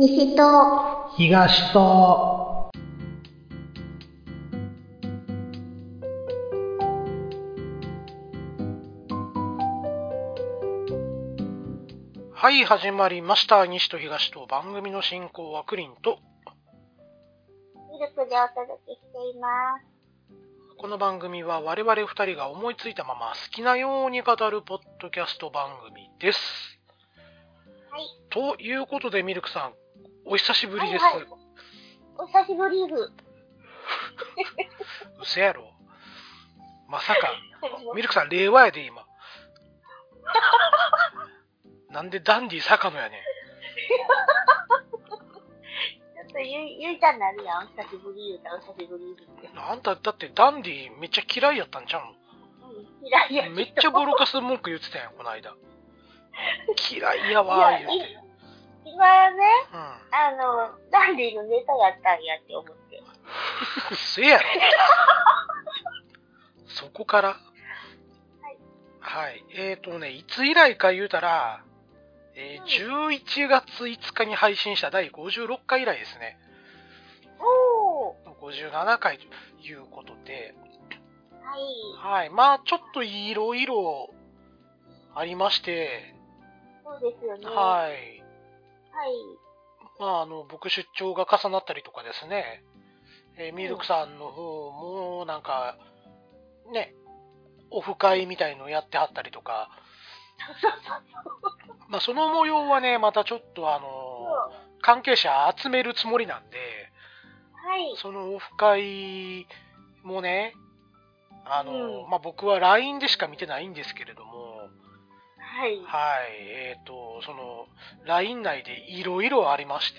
西と東と。はい、始まりました。西と東と。番組の進行はクリンとミルクでお届けしています。 この番組は我々2人が思いついたまま好きなように語るポッドキャスト番組です。 はい。 ということでミルクさん、お久しぶりです。 はいはい、お久しぶりです。 嘘やろ。まさか、ミルクさん令和やで今。なんでダンディ坂野やねん。 ちょっとゆいちゃんになるやん。お久しぶり言うたらお久しぶり言うて。 あんただってダンディめっちゃ嫌いやったんちゃうの？ 嫌いや。 めっちゃボロカス文句言ってたやん、この間。嫌いやわー言うて。 今ね、ダンディのネタやったんやって思って。 せやろ。そこからはい。いつ以来か言うたら、11月5日に配信した第56回以来ですね。57回ということで、はい。まあ、ちょっといろいろありまして、 そうですよね。 はい。はい。 まあ、僕出張が重なったりとかですね、ミルクさんの方も、なんか、ね、オフ会みたいのをやってはったりとか、まあその模様はね、またちょっと関係者集めるつもりなんで、 はい。 そのオフ会もね、まあ僕は LINE でしか見てないんですけれども、 はい。 はい、その LINE 内でいろいろありまして、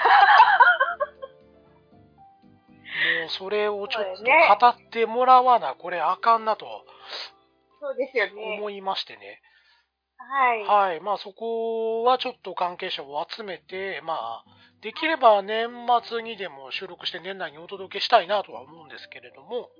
もうそれをちょっと語ってもらわな、これあかんなと、 そうですよね。 思いましてね。 はい。 はい。まあそこはちょっと関係者を集めて、まあ、できれば年末にでも収録して年内にお届けしたいなとは思うんですけれども、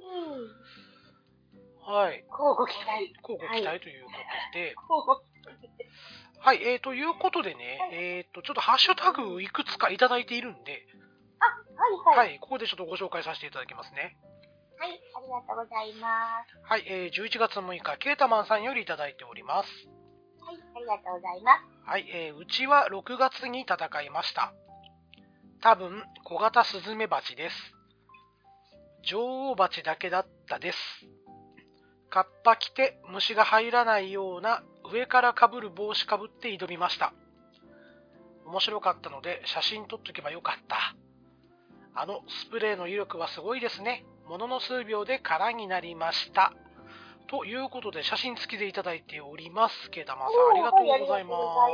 はい。 交互期待。 交互期待ということで、 はい。 はい。ということでね、ちょっとハッシュタグいくつかいただいているんで、はい。ここでちょっとご紹介させていただきますね。 はい、ありがとうございます。 はい。11月6日、ケータマンさんよりいただいております。 はい、ありがとうございます。 はい。うちは6月に戦いました。多分、小型スズメバチです。女王蜂だけだったです。カッパ着て虫が入らないような上から被る帽子かぶって挑みました。面白かったので写真撮っとけばよかった。スプレーの威力はすごいですね。ものの数秒で空になりました。ということで写真付きでいただいております。ケータマンさんありがとうございます。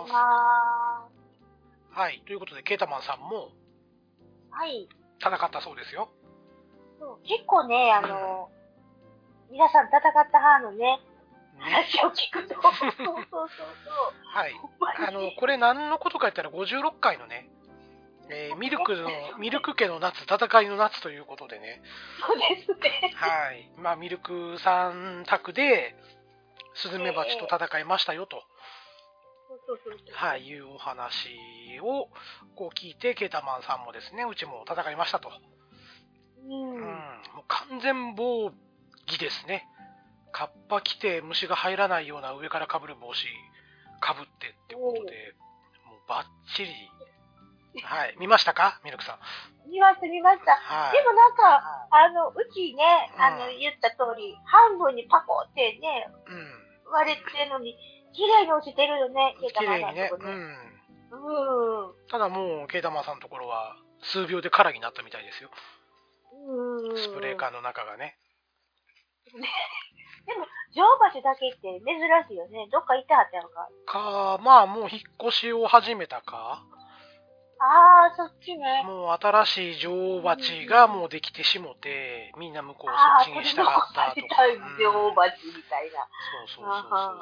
はい、ということでケータマンさんも戦ったそうですよ。 結構ね、皆さん戦った派のね、話を聞くと。 はい。これ何のことか言ったら56回のね、ミルク家の夏、戦いの夏ということでね。 そうですね。 はい。まあ、ミルクさん宅で、スズメバチと戦いましたよと。はい、いうお話をこう聞いて、ケータマンさんもですね、うちも戦いましたと。もう完全防御ですね。カッパ着て虫が入らないような上から被る帽子被ってってことで、もうバッチリ。はい。見ましたかミルクさん。 見ました。はい、でもなんか、うちね、言った通り、半分にパコってね、割れてるのに、綺麗に落ちてるよね、ケータマンさんのとこね。 ただもう、ケータマンさんのところは、数秒で空になったみたいですよ。スプレー缶の中がね。 でも、女王蜂だけって珍しいよね。どっか行ってはったやろか。 まあ、もう引っ越しを始めたか。 そっちね。 もう新しい女王蜂がもうできてしもて、みんな向こうそっちに従ったとか。 女王蜂みたいな。 そう。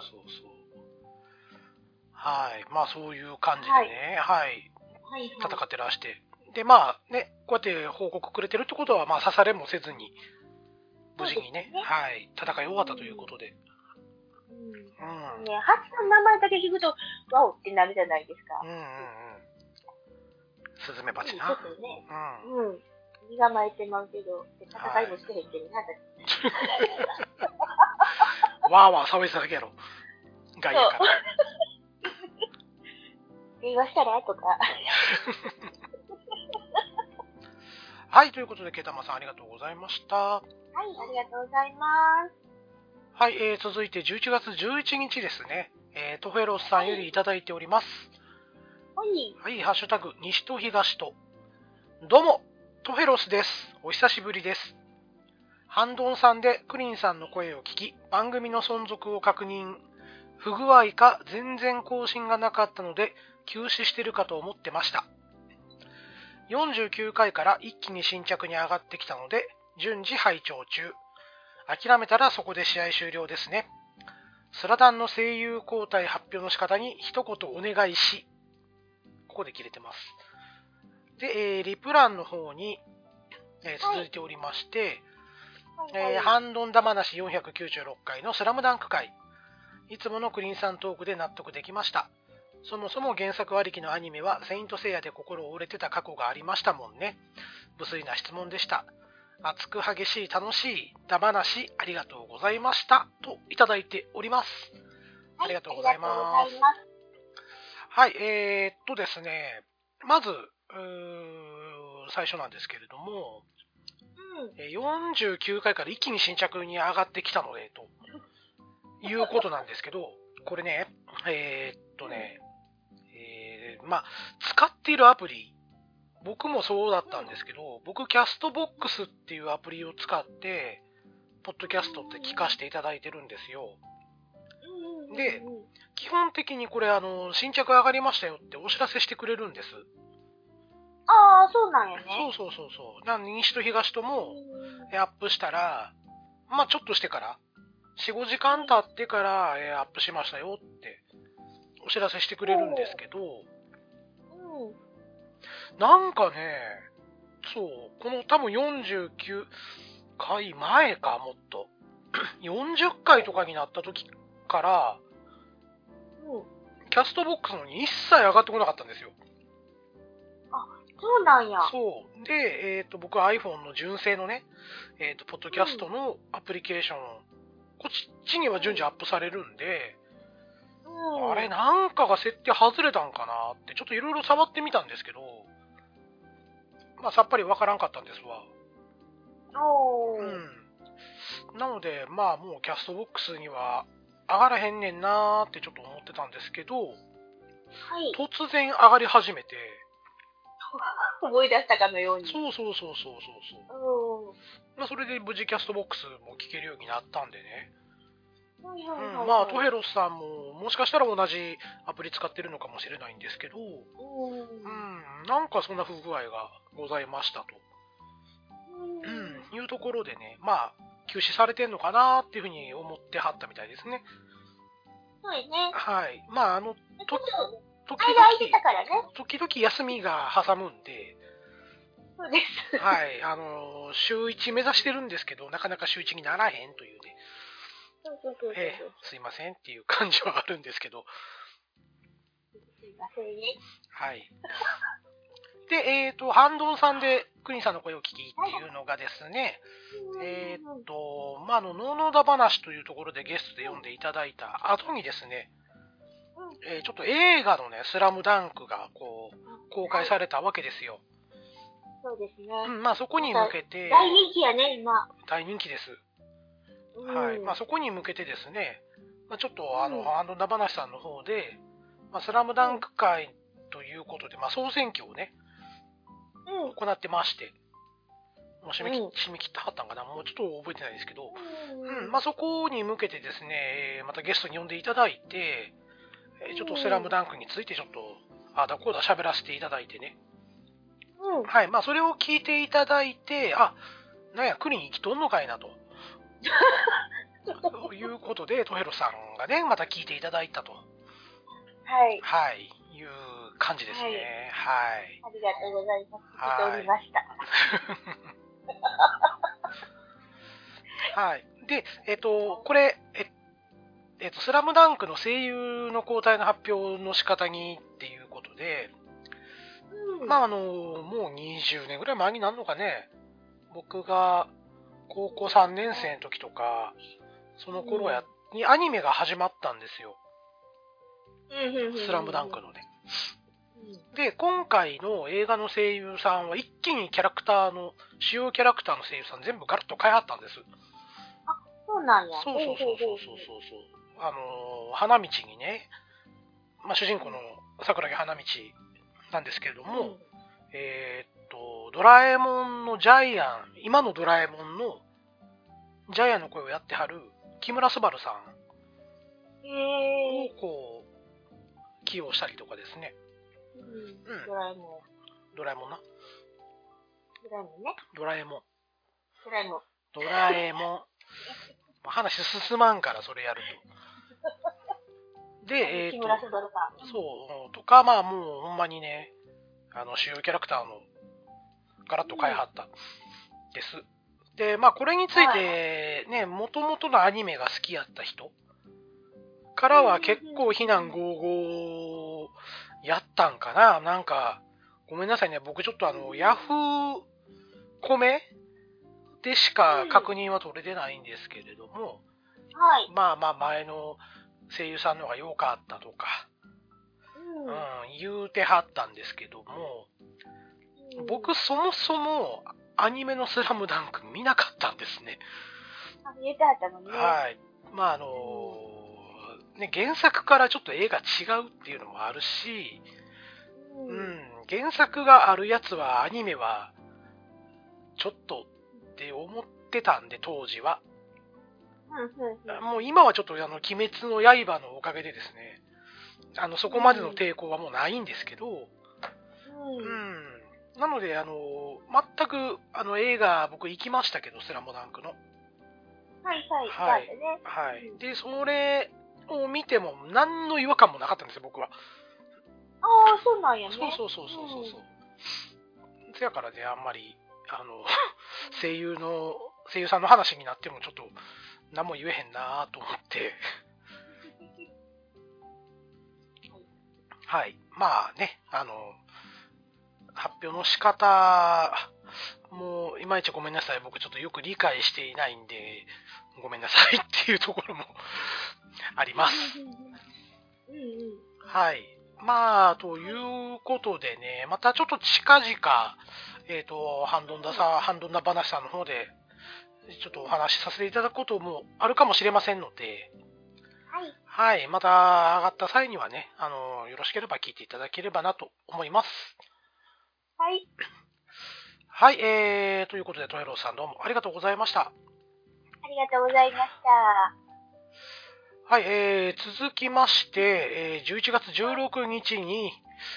はい。まあそういう感じでね、はい。戦ってらして。で、まあね、こうやって報告くれてるってことは、まあ刺されもせずに、無事にね、はい、戦い終わったということで。 蜂の名前だけ聞くと、ワオってなるじゃないですか。 スズメバチな。 ちょっとね、身構えてまうけど、戦いもしてへんけどな、 わーわー騒いだだけやろ。外野から。 電話したらとか。 はい、ということで、ケタマさんありがとうございました。はい、 ありがとうございます。 はい、続いて11月11日ですね。トフェロスさんよりいただいております。はい、ハッシュタグ、西と東と。どうも、トフェロスです。お久しぶりです。ハンドンさんでクリンさんの声を聞き、番組の存続を確認。不具合か全然更新がなかったので、休止してるかと思ってました。49回から一気に新着に上がってきたので、順次拝聴中。諦めたらそこで試合終了ですね。スラダンの声優交代発表の仕方に一言お願いし、ここで切れてます。で、リプランの方に、続いておりまして、ハンドンダ話496回のスラムダンク回。いつものクリーンさんトークで納得できました。そもそも原作ありきのアニメはセイントセイヤで心折れてた過去がありましたもんね。無粋な質問でした。熱く激しい楽しいダ話ありがとうございましたといただいております。ありがとうございます。はい、ですね、まず最初なんですけれども、49回から一気に新着に上がってきたのでということなんですけど、これね、まあ使っているアプリ、僕もそうだったんですけど、僕キャストボックスっていうアプリを使ってポッドキャストって聞かせていただいてるんですよ。で、基本的にこれ新着上がりましたよってお知らせしてくれるんです。 ああ、そうなんやね。 そう。西と東ともアップしたら、まあちょっとしてから、4、5時間経ってからアップしましたよってお知らせしてくれるんですけど、なんかね、そう、この多分49回前か、もっと。40回とかになった時から、キャストボックスのに一切上がってこなかったんですよ。 あ、そうなんや。 そう。で、僕は iPhone の純正のね、ポッドキャストのアプリケーション、こっちには順次アップされるんで、あれ、なんかが設定外れたんかなって、ちょっといろいろ触ってみたんですけど、まあ、さっぱりわからんかったんですわ。なので、まあ、もうキャストボックスには上がらへんねんなーってちょっと思ってたんですけど、突然上がり始めて、 思い出したかのように。 そう。まあ、それで無事キャストボックスも聞けるようになったんでね。まあ、トヘロスさんももしかしたら同じアプリ使ってるのかもしれないんですけど、なんかそんな不具合がございましたと。いうところでね、まあ、休止されてんのかなっていうふうに思ってはったみたいですね。 そうですね。 はい。まあ、時々休みが挟むんで、 そうです。 はい。週1目指してるんですけど、なかなか週1にならへんというね。すいませんっていう感じはあるんですけど。 すいませんね。 はい。で、ハンドンさんでクニさんの声を聞きっていうのがですね、まあ、ノーノーダ話というところでゲストで読んでいただいた後にですね、ちょっと映画のね、スラムダンクがこう、公開されたわけですよ。 そうですね。 まあそこに向けて。 大人気やね、今。 大人気です。はい。まあそこに向けてですね、まあ、ちょっとハンドンダ話さんの方で、まあ、スラムダンク会ということで、まあ総選挙をね、行ってまして、もう締め切ってはったんかな、もうちょっと覚えてないですけど、まあそこに向けてですね、またゲストに呼んでいただいて、ちょっとスラムダンクについてちょっと、あだこうだ喋らせていただいてね。はい、まあそれを聞いていただいて、なんや、クリン生きとんのかいなと。ということで、トヘロさんがね、また聞いていただいたと。はい。はい、いう感じですね。はい。 ありがとうございます。聞いておりました。 はい。で、これ、スラムダンクの声優の交代の発表の仕方にっていうことで、 まあもう20年ぐらい前になるのかね。僕が高校3年生の時とか、その頃にアニメが始まったんですよ。スラムダンクのね。で、今回の映画の声優さんは一気に主要キャラクターの声優さん全部ガラッと変えはったんです。 あ、そうなんや。 そう。花道にね、主人公の桜木花道なんですけれども、ドラえもんのジャイアン、今のドラえもんのジャイアンの声をやってはる木村昴さんをこう起用したりとかですね。 ドラえもん。 ドラえもんな。 ドラえもんね。 ドラえもん。 ドラえもん。 ドラえもん。話進まんからそれやると。で、 木村昴さん。 そうとか、まあもうほんまにね、主要キャラクターのガラッと変えはったです。で、まあこれについてね、元々のアニメが好きやった人からは結構非難合々やったんかな。なんか、ごめんなさいね、僕ちょっとヤフーコメでしか確認は取れてないんですけれども、まあ前の声優さんの方が良かったとか、言うてはったんですけども、僕そもそもアニメのスラムダンク見なかったんですね。 見えてはったのね。 はい。まあね、原作からちょっと絵が違うっていうのもあるし、原作があるやつはアニメはちょっとって思ってたんで、当時は。もう今はちょっと鬼滅の刃のおかげでですね、そこまでの抵抗はもうないんですけど、なので、全く、映画、僕行きましたけど、スラムダンクの。 はい。 で、それを見ても、何の違和感もなかったんですよ、僕は。 ああ、そうなんやね。 そう。せやからね、あんまり、声優さんの話になっても、ちょっと、何も言えへんなと思って。はい。まあね、発表の仕方もういまいちごめんなさい。僕ちょっとよく理解していないんで、ごめんなさいっていうところもあります。はい。まあ、ということでね、またちょっと近々、ハンドンダ話さんの方で、ちょっとお話しさせていただくこともあるかもしれませんので、はい。また上がった際にはね、よろしければ聞いていただければなと思います。はい。ということで、トヘローさんどうもありがとうございました。 ありがとうございました。 はい。続きまして、11月16日に、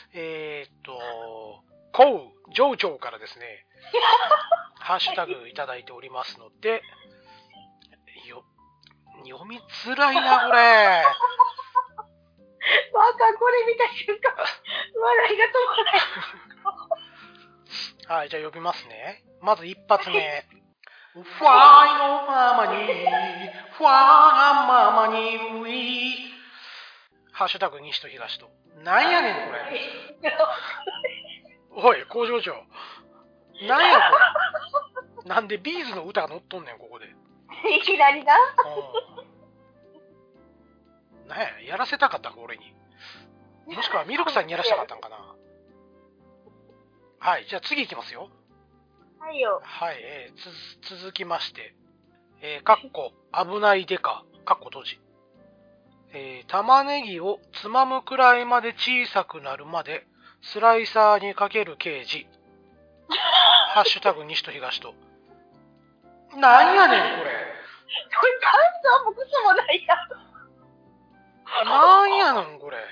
コウ、ジョウジョウからですね、ハッシュタグいただいておりますので、読みづらいな、これ。 これ見た瞬間、笑いが止まらない。 はい、じゃあ呼びますね。まず一発目。ファイのママに、ファーママに、ウィー。ハッシュタグ西と東と。なんやねん、これ。おい、工場長。なんやこれ。なんでビーズの歌が乗っとんねん、ここで。 いきなりな。 なんや、やらせたかったんか、俺に。もしくはミルクさんにやらせたかったんかな。はい、じゃあ次いきますよ。 はいよ。 はい、続きまして、危ないデカ、閉じ。玉ねぎをつまむくらいまで小さくなるまで、スライサーにかける刑事。ハッシュタグ西と東と。なんやねん、これ。 これ感想もクソもないやん。 なんやねん、これ。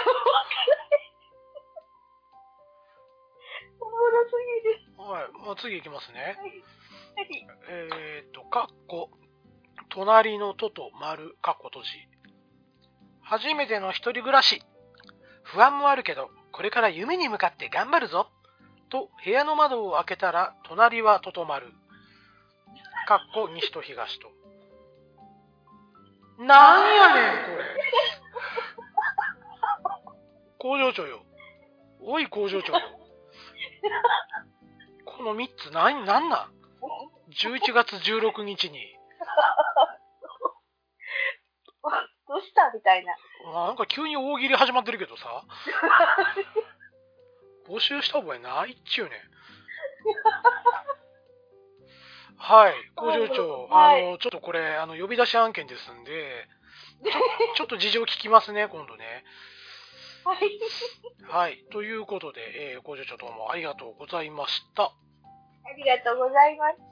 おもろすぎる。 はい、まあ、次いきますね。 はい。 隣のトト丸、閉じ。初めての一人暮らし。不安もあるけど、これから夢に向かって頑張るぞ。と、部屋の窓を開けたら、隣はトト丸。西と東と。なんやねん、これ。工場長よ。おい、工場長よ。 この3つなんなん ?11 月16日に。 どうしたみたいな。 なんか急に大喜利始まってるけどさ。募集した覚えないっちゅうねん。はい、工場長、ちょっとこれ、呼び出し案件ですんで、ちょっと事情聞きますね、今度ね。 はい。 はい、ということで、工場長どうもありがとうございました。 ありがとうございました。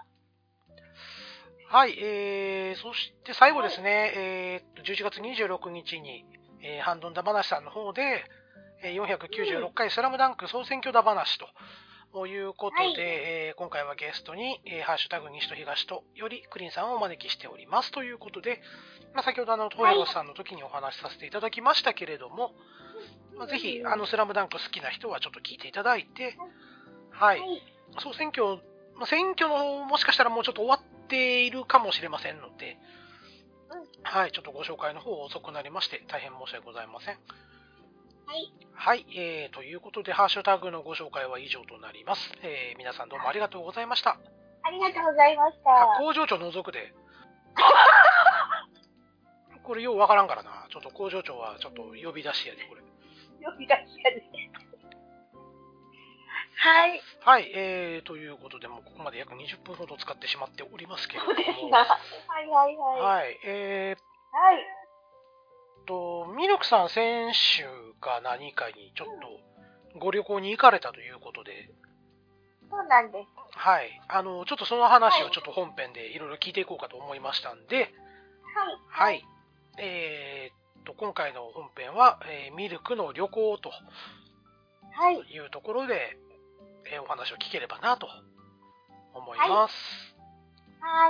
はい、そして最後ですね、11月26日に、ハンドンダ話さんの方で、496回スラムダンク総選挙だ話ということで、今回はゲストに、ハッシュタグ西と東とよりクリンさんをお招きしておりますということで、先ほどトヘロさんの時にお話しさせていただきましたけれども、ぜひスラムダンク好きな人はちょっと聞いていただいて、はい、総選挙、選挙のもしかしたらもうちょっと終わっているかもしれませんので、はい、ちょっとご紹介の方遅くなりまして大変申し訳ございません。はい、ということでハッシュタグのご紹介は以上となります。皆さんどうもありがとうございました。 ありがとうございました。 工場長除くで。これようわからんからな。ちょっと工場長はちょっと呼び出しやでこれ。 呼び出しやで。はい。 はい、ということでもうここまで約20分ほど使ってしまっておりますけれども。 そうですな。はいはいはい。 はい、 はい。 ミルクさん先週か何かにちょっとご旅行に行かれたということで。 そうなんです。 はい。ちょっとその話をちょっと本編でいろいろ聞いていこうかと思いましたんで。はい。今回の本編は、ミルクの旅行というところで、お話を聞ければなと思います。 はい。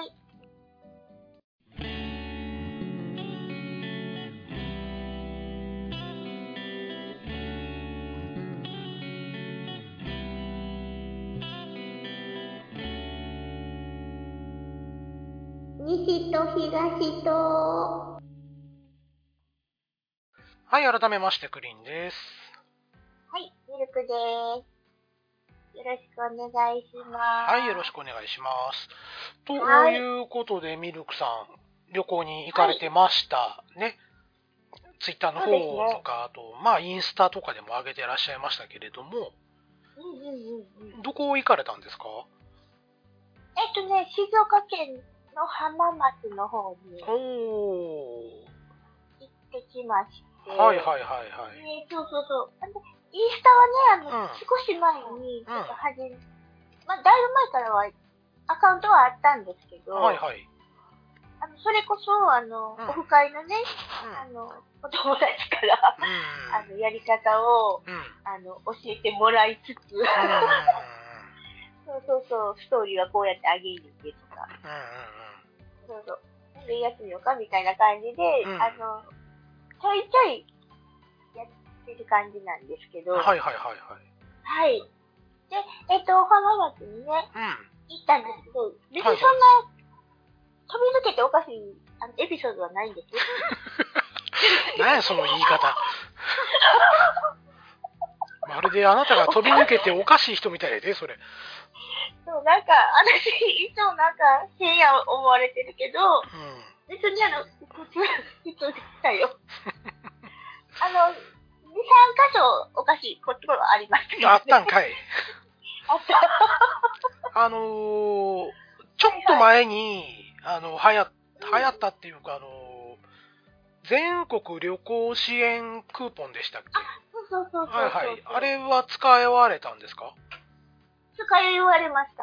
西と東と。 はい、改めましてクリンです。 はい、ミルクです。よろしくお願いします。 はい、よろしくお願いします。ということで、ミルクさん、旅行に行かれてましたね。ツイッターの方とか、あと、インスタとかでも上げてらっしゃいましたけれども、どこ行かれたんですか？ 静岡県の浜松の方に行ってきまして。 はい。そう。 インスタはね、少し前に、ちょっとだいぶ前からはアカウントはあったんですけど、それこそ、オフ会のね、お友達から、やり方を、教えてもらいつつ、そう、ストーリーはこうやってあげるってとか、で、やってみようかみたいな感じで、ちょいちょいやってる感じなんですけど、はい。で、浜松にね、行ったんですけど、別にそんな、飛び抜けておかしいエピソードはないんですよ。 何やその言い方。まるであなたが飛び抜けておかしい人みたいで、それ。 そう、なんか、私、いつもなんか、変や思われてるけど、別に普通でしたよ。2、3箇所おかしいところはありましたけど、ね。 あったんかい。 あった。 ちょっと前に、流行ったっていうか、全国旅行支援クーポンでしたっけ？ そう。 あれは使われたんですか？ 使われました。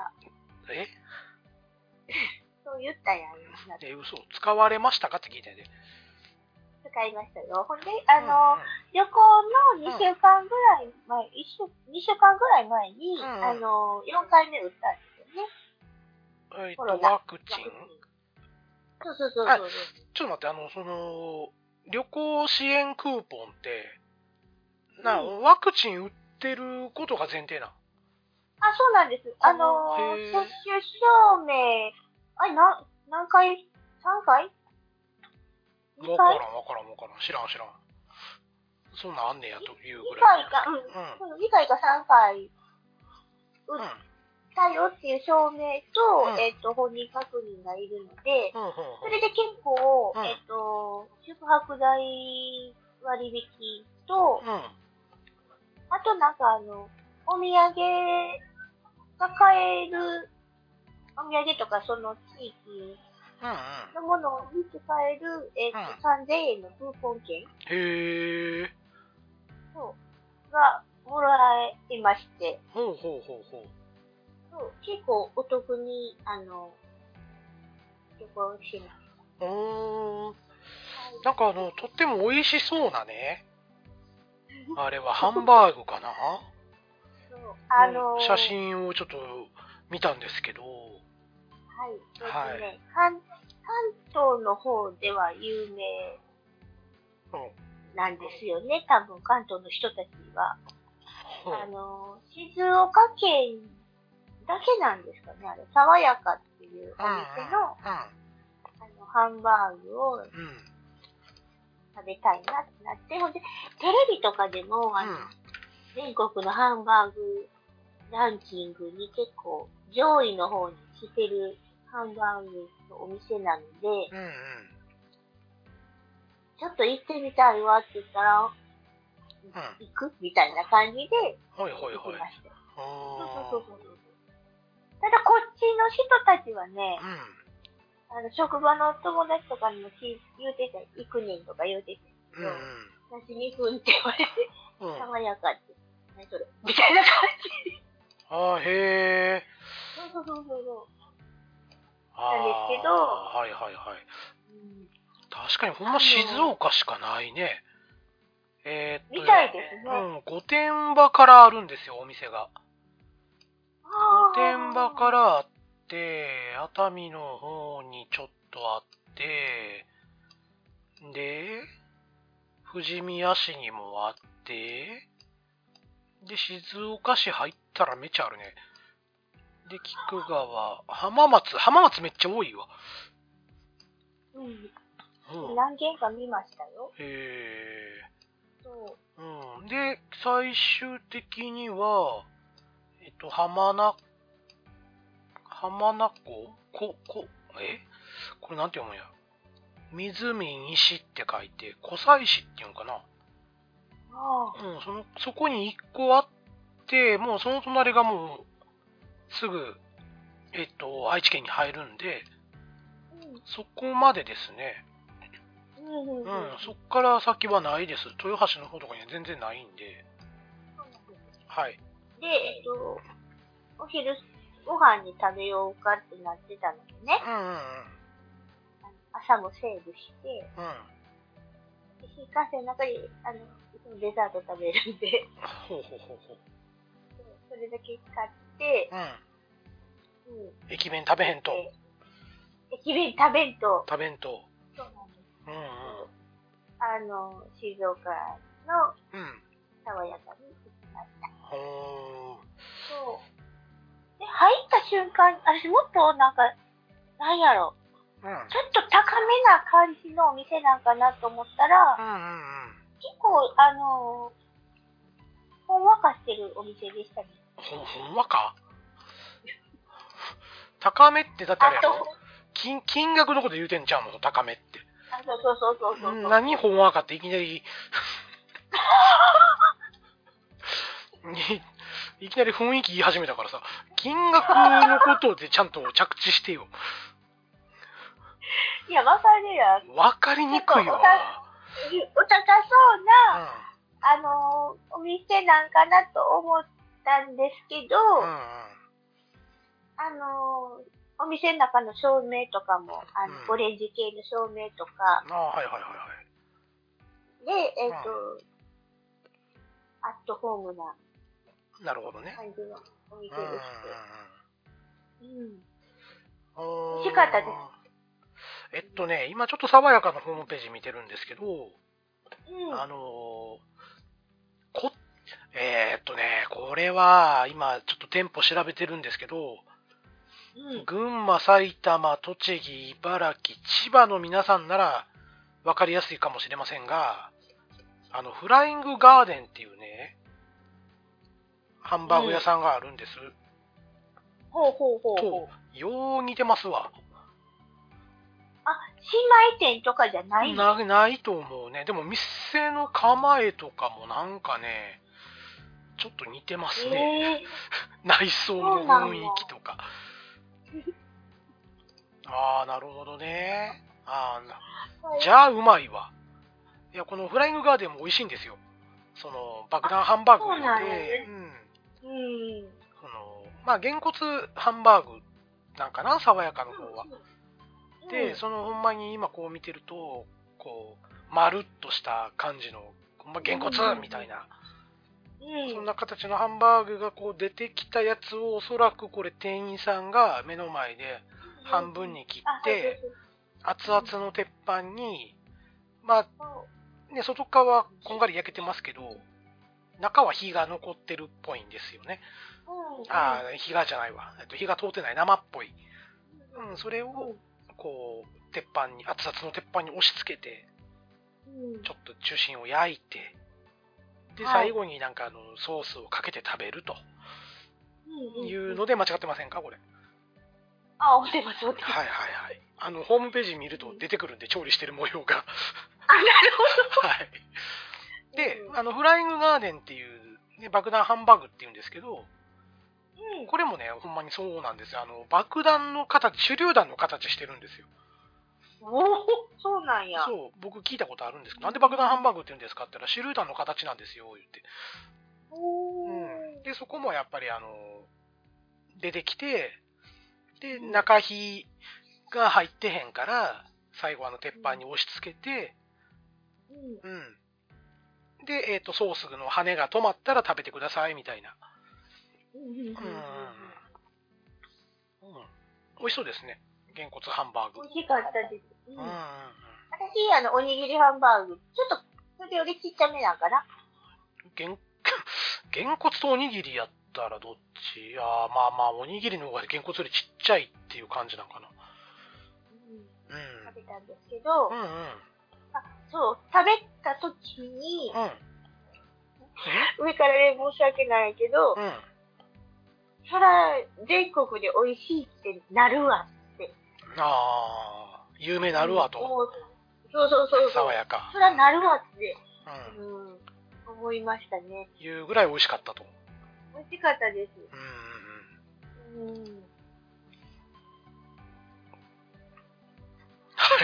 そう言ったやん。 嘘。使われましたかって聞いてね。 使いましたよ。ほんで、旅行の2週間ぐらい前、2週間ぐらい前に、4回目打ったんですよね。 ワクチン？ そう。 ちょっと待って、旅行支援クーポンって、ワクチン打ってることが前提なの？ そうなんです。接種証明、何回 ?3 回わからん。知らん。そんなんあんねやというぐらい。 2回か3回売ったよっていう証明と、本人確認がいるので、それで結構、宿泊代割引と、あとなんかお土産が買える、お土産とかその地域のものに使える、3000円のクーポン券がもらえまして、結構お得に、旅行しました。 なんかとっても美味しそうなね、あれはハンバーグかな写真をちょっと見たんですけど、 はい。関東の方では有名なんですよね、多分関東の人たちは。静岡県だけなんですかね、あれ。爽やかっていうお店の、ハンバーグを食べたいなってなって、ほんで、テレビとかでも、全国のハンバーグランキングに結構上位の方にしてるハンバーグのお店なので、ちょっと行ってみたいわって言ったら、行くみたいな感じで行きました。ただこっちの人たちはね、職場の友達とかにも言うてた、行くねんとか言うてたけど、私に行くんって言われて、爽やかって、何それみたいな感じ。 へそう。なんですけど、 確かにほんま静岡しかないね。 みたいですね。 御殿場からあるんですよ、お店が。御殿場からあって、熱海の方にちょっとあって、で、富士宮市にもあって、で、静岡市入ったらめっちゃあるね。で、菊川、浜松めっちゃ多いわ。 何軒か見ましたよ。 で、最終的には、浜名湖これなんて読むんや。湖西って書いて、湖西市っていうのかな。そこに1個あって、もうその隣がもう、すぐ、愛知県に入るんで、そこまでですね。そっから先はないです。豊橋の方とかには全然ないんで。はい。 で、お昼ご飯に食べようかってなってたのでね。朝もセーブして、新幹線の中で、いつもデザート食べるんで。それだけ買って、 駅弁食べへんと。 駅弁食べんと。 そうなんです。 静岡の爽やかに行きました。で、入った瞬間、私もっとなんか、なんやろ。ちょっと高めな感じのお店なんかなと思ったら、結構、ほんわかしてるお店でしたね。 ほんわか高めってだってあれやろ、金額のこと言うてんちゃうの、高めって。 そう。 何ほんわかっていきなりいきなり雰囲気言い始めたからさ、金額のことでちゃんと着地してよ。 いや、わかるやん。 わかりにくいわ。 お高そうな、お店なんかなと思ったんですけど、お店の中の照明とかも、オレンジ系の照明とか、で、アットホームな感じのお店でして。美味しかったです。 今ちょっと爽やかなホームページ見てるんですけど、これは今ちょっと店舗調べてるんですけど、群馬、埼玉、栃木、茨城、千葉の皆さんなら分かりやすいかもしれませんが、フライングガーデンっていうね、ハンバーグ屋さんがあるんです。 ほう。 と、よう似てますわ。 姉妹店とかじゃないの？ ないと思うね。でも店の構えとかもなんかね、ちょっと似てますね。内装の雰囲気とか。ああ、なるほどね。じゃあうまいわ。いや、このフライングガーデンも美味しいんですよ。その、爆弾ハンバーグで、げんこつハンバーグなんかな、爽やかの方は。で、そのほんまに今こう見てると、こう、まるっとした感じの、ほんまげんこつみたいな、そんな形のハンバーグがこう出てきたやつを、おそらくこれ店員さんが目の前で半分に切って、熱々の鉄板に、まあ、ね、外側はこんがり焼けてますけど、中は火が残ってるっぽいんですよね。火がじゃないわ。火が通ってない生っぽい。それを、こう、鉄板に、熱々の鉄板に押し付けて、ちょっと中心を焼いて、で、最後になんかソースをかけて食べるというので間違ってませんか、これ。 合ってます。 はい。ホームページ見ると出てくるんで、調理してる模様が。 なるほど。 はい。で、フライングガーデンっていう、ね、爆弾ハンバーグっていうんですけど、これもね、ほんまにそうなんですよ。爆弾の形、手榴弾の形してるんですよ。 そうなんや。 そう、僕聞いたことあるんですけど、なんで爆弾ハンバーグって言うんですかって言ったら、手榴弾の形なんですよ、言って。で、そこもやっぱり出てきて、で、中火が入ってへんから、最後鉄板に押し付けて、で、ソースの羽が止まったら食べてください、みたいな。美味しそうですね。げんこつハンバーグ。 美味しかったです。私、おにぎりハンバーグ、ちょっと、それよりちっちゃめなんかな。 げんこつとおにぎりやったらどっち？まあ、おにぎりの方がげんこつよりちっちゃいっていう感じなんかな。 食べたんですけど、そう、食べた時に、上からね、申し訳ないけど、そら、全国で美味しいってなるわって。 有名なるわと。 そう。 爽やか。 そらなるわって、思いましたね。 いうぐらい美味しかったと。 美味しかったです。 はい。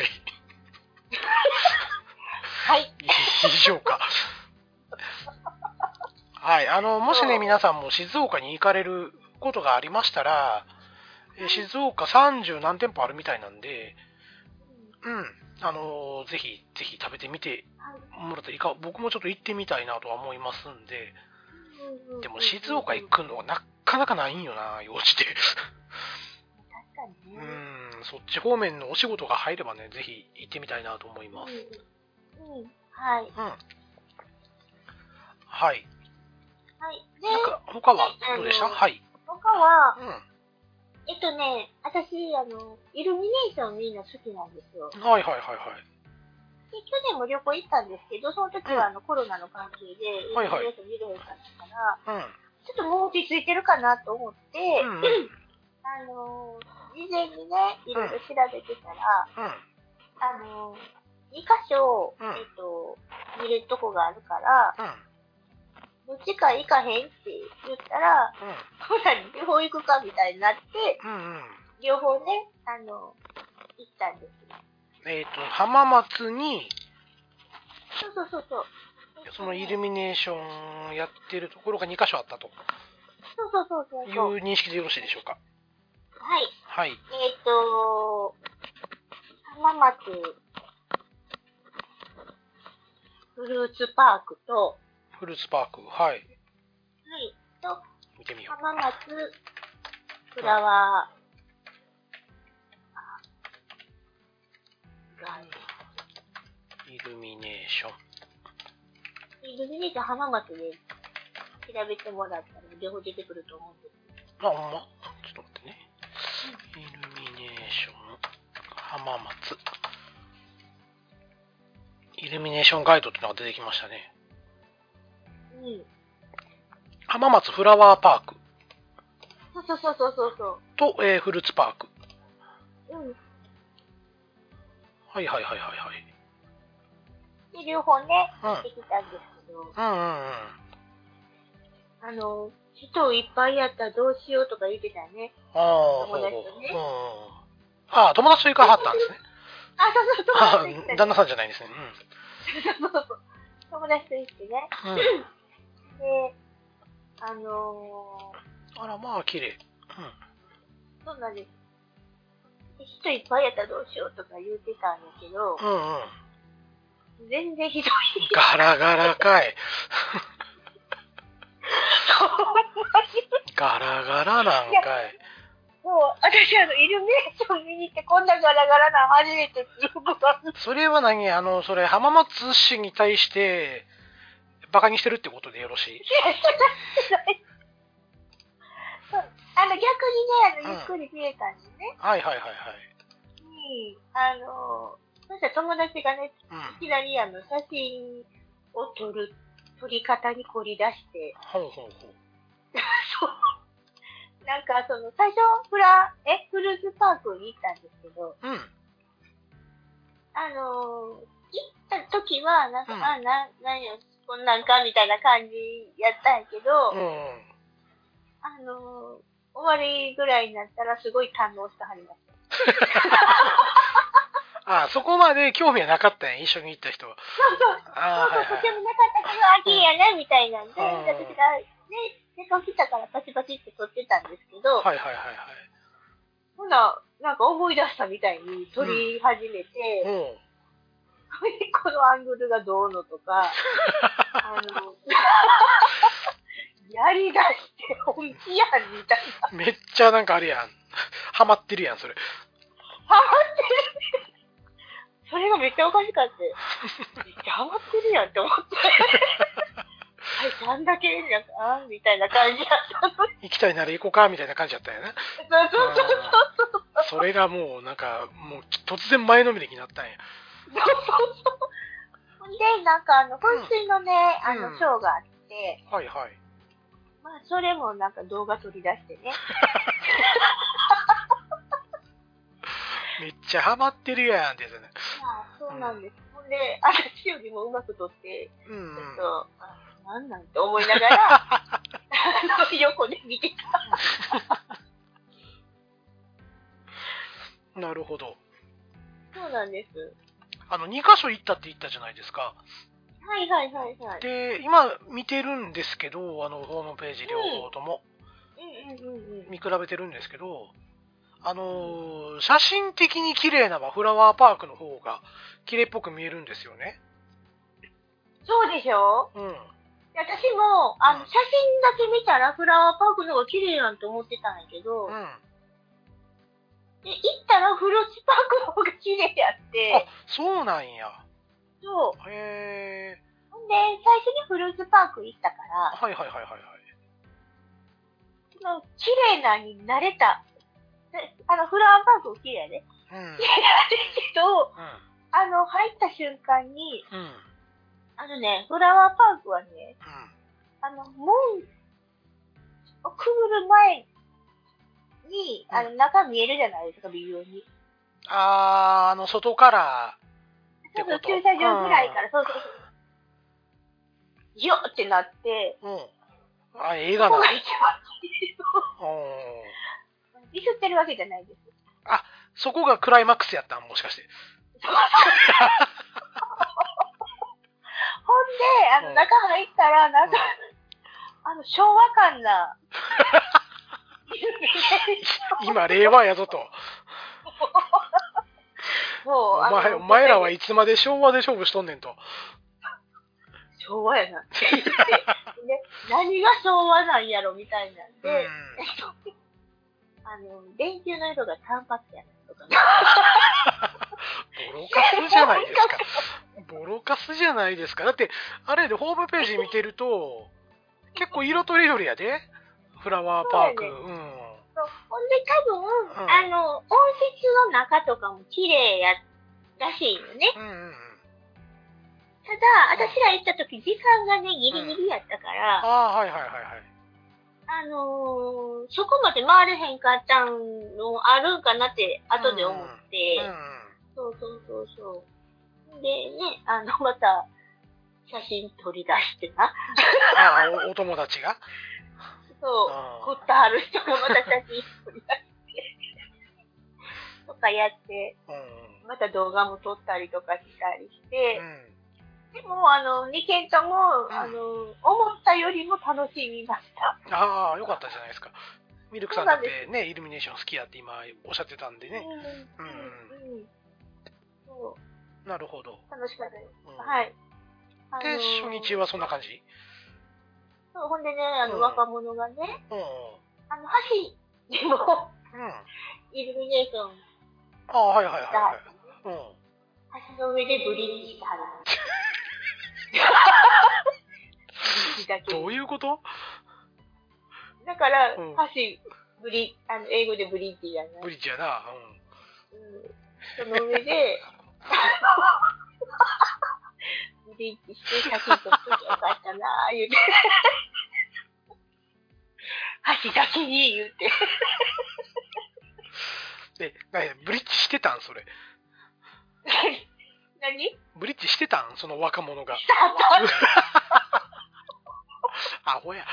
はい。 以上か。はい。もしね、皆さんも静岡に行かれることがありましたら、静岡30何店舗あるみたいなんで、ぜひ食べてみてもらったらいいか、僕もちょっと行ってみたいなとは思いますんで、でも静岡行くのはなかなかないんよな、用事で。 確かにね。 そっち方面のお仕事が入ればね、ぜひ行ってみたいなと思います。 はい。 はい。 で、 他はどうでした？はい。 他は、私、イルミネーションみんな好きなんですよ。 はい。で、 去年も旅行行ったんですけど、その時はコロナの関係で、イルミネーション見れへんかったから、ちょっともう落ち着いてるかなと思って、事前にね、いろいろ調べてたら、2箇所、見れるとこがあるから、どっちか行かへんって言ったら、ほら、両方行くかみたいになって、両方ね、行ったんです。 浜松に、 そう。 そのイルミネーションやってるところが2カ所あったと。 そう。 いう認識でよろしいでしょうか。 はい。浜松フルーツパークと、 はい。 と、 見てみよう。 浜松フラワーイルミネーション浜松で調べてもらったら両方出てくると思うんです。 ほんま？ちょっと待ってね。イルミネーション浜松。イルミネーションガイドってのが出てきましたね。浜松フラワーパーク。 そうそうそうそうそう。 と、フルーツパーク。 うん。 はいはいはいはいはい。 で、両方ね、行ってきたんですけど。人いっぱいやったらどうしようとか言ってたね。友達とね。 ああ、友達と行かはったんですね。 あ、そうそう、友達と行ってた、ね。 旦那さんじゃないですね。 そうそうそう。友達と行ってね。で、 あら、まあ、綺麗。 そうなんです。人いっぱいやったらどうしようとか言ってたんやけど、全然ひどい。 ガラガラかい。ガラガラなんかい。 もう、私イルミネーション見に行ってこんなガラガラなの初めてっていうこと。 それは何それ、浜松市に対して、バカにしてるってことでよろしい？ 逆にね、ゆっくり見えたんですね。 はいはいはいはい。 そしたら友達がね、いきなり写真を撮り方に凝り出して。 ほうほうほう。 そう。なんか最初、フルーツパークに行ったんですけど、行った時は、なんか、なんよ、こんなんかみたいな感じやったんやけど、終わりぐらいになったらすごい堪能してはりました。 あ、そこまで興味はなかったんや、一緒に行った人は。 そうそう。とてもなかったけど、秋やな、みたいなんで、私がね、せっかく来たからパチパチって撮ってたんですけど、 はいはいはいはい。 ほな、なんか思い出したみたいに撮り始めて、このアングルがどうのとか、やりだして本気やんみたいな。 めっちゃなんかあれやん。ハマってるやん、それ。 ハマってるそれがめっちゃおかしかった。めっちゃハマってるやんって思って。はい、なんだけなんか、みたいな感じだったの。 行きたいなら行こうか、みたいな感じだったよね。それがもうなんか、もう突然前のめりになったんや。 ほんで、なんか噴水のね、ショーがあって。 はいはい。 まあ、それもなんか動画撮り出してね。 めっちゃハマってるやんですね。 そうなんです。ほんで、私よりもうまく撮って、ちょっと、なんなんて思いながら、横で見てた。なるほど。 そうなんです。 2カ所行ったって言ったじゃないですか。 はいはいはいはい。 で、今見てるんですけど、ホームページ両方とも。見比べてるんですけど、写真的に綺麗なフラワーパークの方が綺麗っぽく見えるんですよね。 そうでしょ？私も、写真だけ見たらフラワーパークの方が綺麗なんて思ってたんやけど、で、行ったらフルーツパークの方が綺麗やって。 あ、そうなんや。 そう。 へー。 ほんで、最初にフルーツパーク行ったから、 はいはいはいはいはい。 綺麗なになれた。フラワーパークも綺麗ね。綺麗なんですけど、入った瞬間に、フラワーパークはね、門をくぐる前に、中見えるじゃないですか、微妙に。 外からってこと。駐車場ぐらいから、そうそうそう。よっってなって、 映画なの。 ディスってるわけじゃないです。 そこがクライマックスやったんもしかして。 ほんで、中入ったら、なんか、昭和感な。 今、令和やぞと。お前らはいつまで昭和で勝負しとんねんと。 昭和やな。何が昭和なんやろみたいなんで、電球の色が単発やなとかね。 ボロカスじゃないですか。ボロカスじゃないですか。だって、あれでホームページ見てると、結構色とりどりやで。フラワーパーク。ほんで多分、温室の中とかも綺麗やらしいよね。ただ、私ら行った時時間がね、ギリギリやったから。 はいはいはいはい。 そこまで回れへんかったのあるんかなって後で思って、そう。でね、また写真撮り出してな。 お友達がそう、凝ったはる人がまた写真撮り出して。とかやって、また動画も撮ったりとかしたりして、でも、2件とも、思ったよりも楽しみました。 ああ、よかったじゃないですか。ミルクさんだってね、イルミネーション好きやって今おっしゃってたんでね。 そう。 なるほど。 楽しかったです。はい。 で、初日はそんな感じ？ そう、ほんでね、若者がね、橋でも、イルミネーション。 はい。 橋の上でブリッジしてはる。 どういうこと？ だから、英語でブリッジやな。 ブリッジやな。 その上で、ブリッジして写真撮っときゃよかったなぁ、言うて。橋だけに言うて。 ブリッジしてたんそれ。 何？ ブリッジしてたんその若者が。アホや。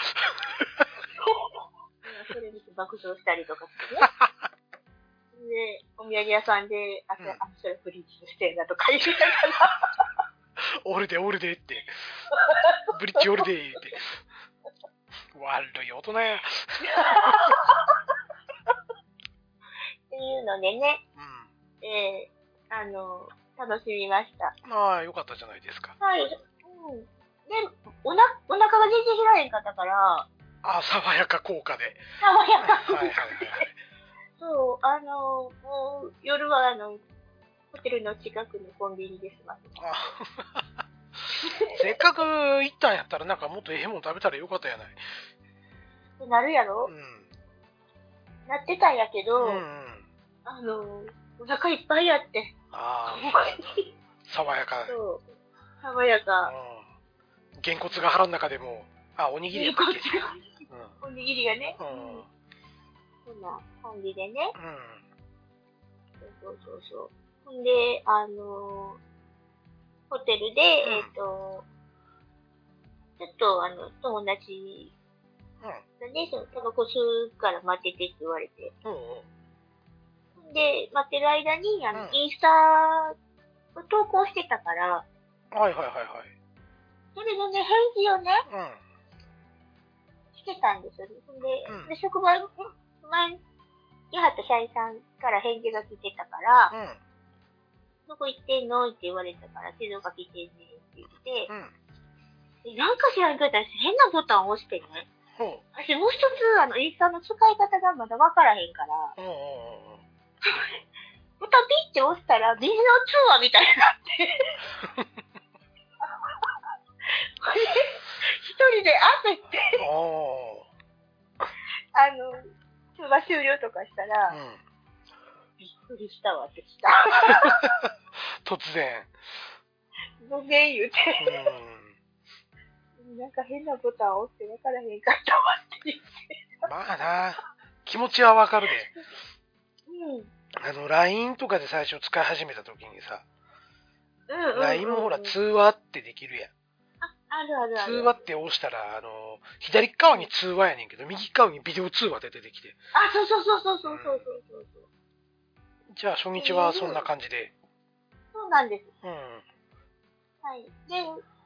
それ見て爆笑したりとかしてね。で、お土産屋さんで、それブリッジのしてんだとか言ってたから。 おるでって。ブリッジおるで言って。悪い大人や。 っていうのでね、楽しみました。 よかったじゃないですか。 はい。で、お腹が全然開えんかったから。 爽やか効果で。 爽やか効果で。そう、もう、夜はホテルの近くのコンビニで済ませた。 せっかく行ったんやったら、なんかもっとええもん食べたらよかったやない。 ってなるやろ？なってたんやけど、お腹いっぱいやって。 爽やか。 そう。爽やか。 げんこつが腹の中でも、おにぎりやったっけ？ おにぎりがね。そんな感じでね。そう。ほんで、ホテルで、ちょっと友達がね、タバコ吸うから待っててって言われて。で、待ってる間に、インスタを投稿してたから。 はい。 それでね、返事をね、してたんですよ。で、職場、前にはった社員さんから返事が来てたから、どこ行ってんのって言われたから、静岡来てんねんって言って、なんか知らんけど、私変なボタンを押してね。私もう一つ、インスタの使い方がまだわからへんから、ボタンピッて押したら、ビデオ通話みたいになって、一人で焦って、通話終了とかしたら、びっくりしたわってきた。 突然。 ごめん言うて。なんか変なボタンを押して分からへんかったわって言って。 まあな、気持ちはわかるで。LINE とかで最初使い始めた時にさ、LINE もほら通話ってできるやん。 ある。 通話って押したら、左側に通話やねんけど、右側にビデオ通話で出てきて。 そう。 じゃあ初日はそんな感じで。 そうなんです。はい。で、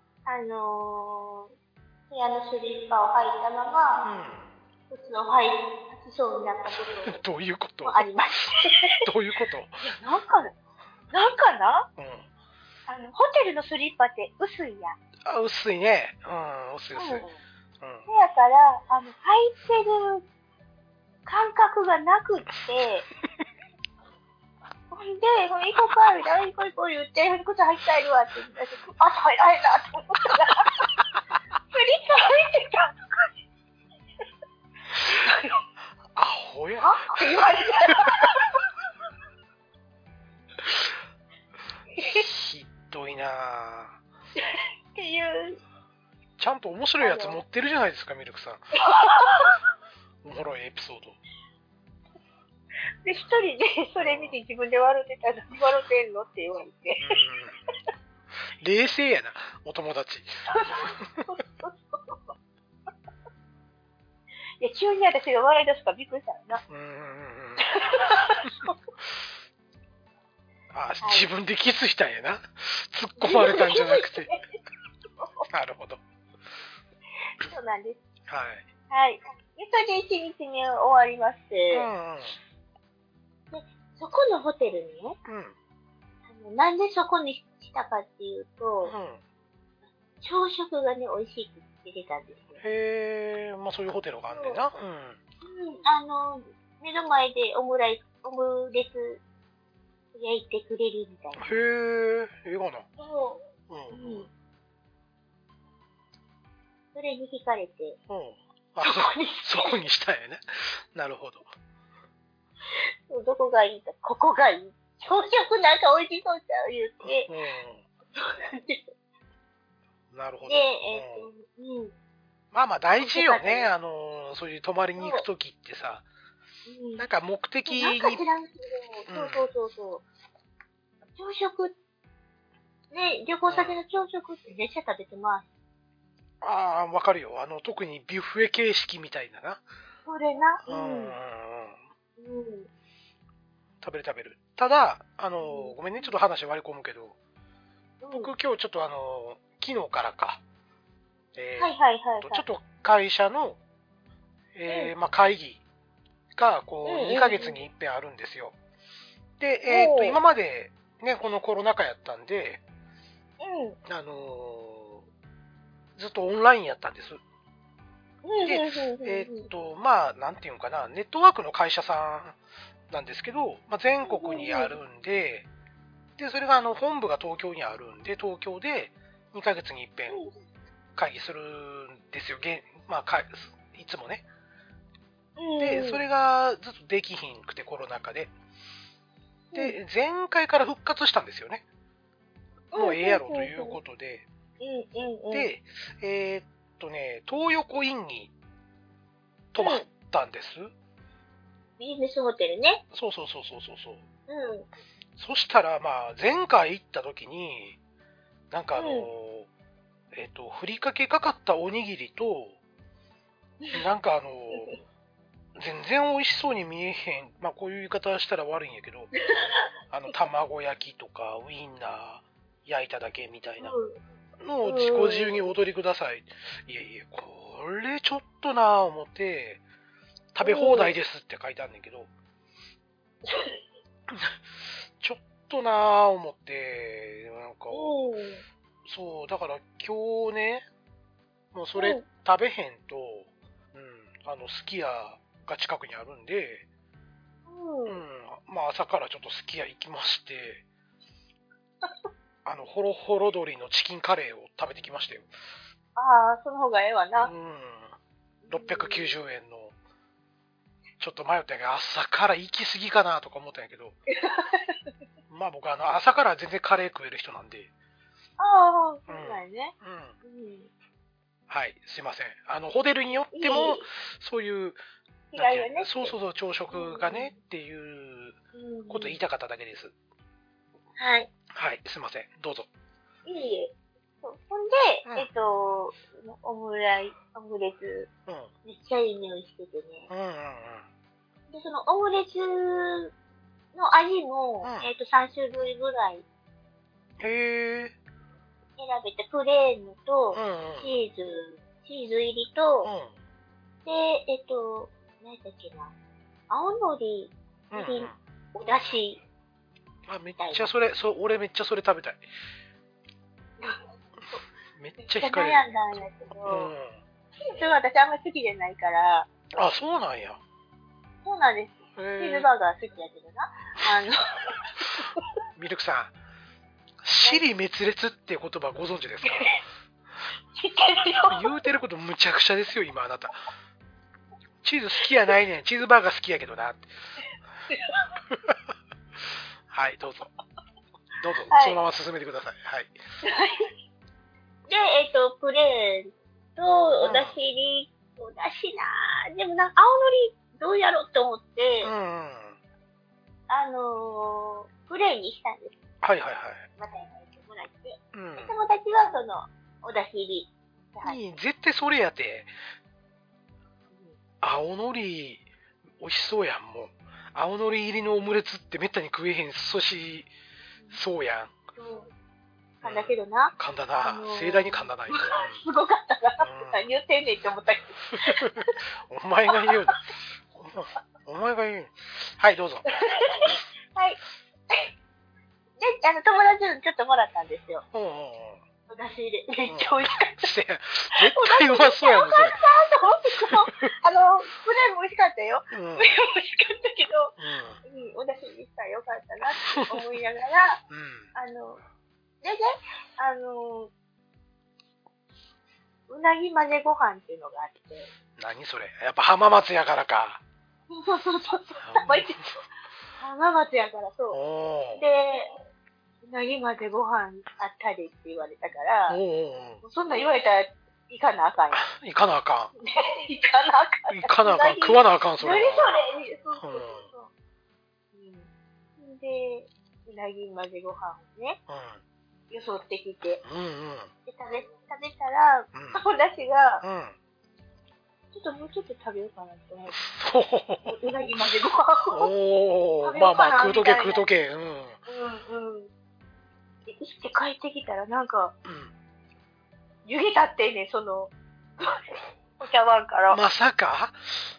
部屋のスリッパを履いたまま、靴を履きそうになったことどういうこともあります。 どういうこと？ いや、なんかな、ホテルのスリッパって薄いやん。 薄いね。薄い。 だから、履いてる感覚がなくって、ほんで、行こうか、みたいな、行こう言って、靴履き替えるわって言って、入らへんなと思ったら、スリッパ履いてた。 アホや。 って言われた。 ひどいなぁ。 っていう。 ちゃんと面白いやつ持ってるじゃないですか、ミルクさん。 おもろいエピソード。 で、一人でそれ見て自分で笑ってたら、何笑ってんのって言われて。 冷静やな、お友達。 いや、急に私が笑い出すからびっくりしたよな。 あ、自分でキスしたんやな。突っ込まれたんじゃなくて。なるほど。 そうなんです。 はい。 はい。で、それで1日目終わりまして、で、そこのホテルにね、なんでそこにしたかっていうと、朝食がね、美味しいって出てたんですよ。 へー、まあそういうホテルがあんねんな。 目の前でオムレツ焼いてくれるみたいな。 へー、ええがな。 それに惹かれて、 そこにしたんやね。なるほど。 どこがいいか、ここがいい。朝食なんか美味しそうじゃん、言って。 なるほど。 で、 まあまあ大事よね。そういう泊まりに行くときってさ、なんか目的に。 なんか知らんけど、そう。朝食、ね、旅行先の朝食ってめっちゃ食べてます。 ああ、わかるよ。特にビュッフェ形式みたいなな。 それな。 食べる。ただ、ごめんね、ちょっと話割り込むけど、僕今日ちょっと昨日からか、ちょっと会社の、まあ会議が、2ヶ月に一遍あるんですよ。で、今まで、ね、このコロナ禍やったんで、ずっとオンラインやったんです。で、まあ、なんていうのかな、ネットワークの会社さんなんですけど、まあ、全国にあるんで、それが本部が東京にあるんで、東京で2ヶ月に一遍会議するんですよ。まあ、いつもね。で、それがずっとできひんくて、コロナ禍で。で、前回から復活したんですよね。もうええやろということで。で、東横インに泊まったんです。 ビジネスホテルね。 そう。そしたら、まあ、前回行った時に、なんかふりかけかかったおにぎりと、なんか全然美味しそうに見えへん。まあ、こういう言い方したら悪いんやけど、卵焼きとかウインナー焼いただけみたいなのをご自由にお取りください。いや、これちょっとなぁ思って、食べ放題ですって書いてあるんだけど、ちょっとなぁ思って、なんか、そう、だから今日ね、もうそれ食べへんと、すき家が近くにあるんで、まあ朝からちょっとすき家行きまして、ホロホロ鶏のチキンカレーを食べてきましたよ。 ああ、その方がええわな。 690円の。ちょっと迷ったんやけど、朝から行き過ぎかなとか思ったんやけど、まあ僕朝から全然カレー食える人なんで。 ああ、そうだよね。 はい、すいません。ホテルによっても、そういう、そう、朝食がね、っていうことを言いたかっただけです。 はい。 はい、すいません。どうぞ。 いいえ。ほんで、オムレツ、めっちゃいい匂いしててね。で、そのオムレツの味も、3種類ぐらい。選べて、プレーンと、チーズ入りと、で、何だっけな、青のり、おだし。 あ、めっちゃ俺めっちゃそれ食べたい。めっちゃ惹かれる。 悩んだんやけど、チーズは私あんまり好きじゃないから。 あ、そうなんや。 そうなんです。チーズバーガー好きやけどな。 ミルクさん、支離滅裂っていう言葉ご存知ですか？ 知ってるよ。 言うてることむちゃくちゃですよ、今あなた。チーズ好きやないねん。チーズバーガー好きやけどな。はい、どうぞ。そのまま進めてください。はい。 で、プレーンと、おだし入りそうだしなぁ。でもなんか、青のりどうやろうって思って、グレーにしたんです。 はいはいはい。 またやってもらって。 うん。 友達はその、お出し入り。 いい、絶対それやて。青のり、美味しそうやん、もう。青のり入りのオムレツってめったに食えへんそうやん。 噛んだけどな。 噛んだな。盛大に噛んだな、今。 すごかったな。何言ってんねんって思ったけど。お前が言うな。お前が言う。はい、どうぞ。 はい。で、友達にちょっともらったんですよ。お出し入れ。めっちゃ美味しかった。 絶対うまそうやもん、それ。 グレーも美味しかったよ。美味しかったけど、お出し入れしたらよかったなって思いながら、でね、うなぎ混ぜご飯っていうのがあって。 何それ？やっぱ浜松やからか。 そう。浜松やからそう。で、うなぎ混ぜご飯あったりって言われたから、そんなん言われたら行かなあかんやん。 行かなあかん。 行かなあかん。 行かなあかん。食わなあかん、それ。 何それ？そう。で、うなぎ混ぜご飯をね、よそってきて、で食べたら、友達が、もうちょっと食べようかなって思って。うなぎ混ぜご飯を。 まあ、食うとけ。 で、行って帰ってきたら、なんか、湯気立ってね、その、お茶碗から。 まさか